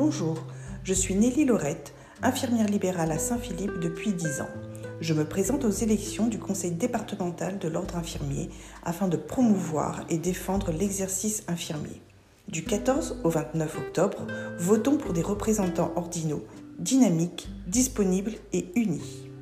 Bonjour, je suis Nelly Laurette, infirmière libérale à Saint-Philippe depuis 10 ans. Je me présente aux élections du conseil départemental de l'ordre infirmier afin de promouvoir et défendre l'exercice infirmier. Du 14 au 29 octobre, votons pour des représentants ordinaux, dynamiques, disponibles et unis.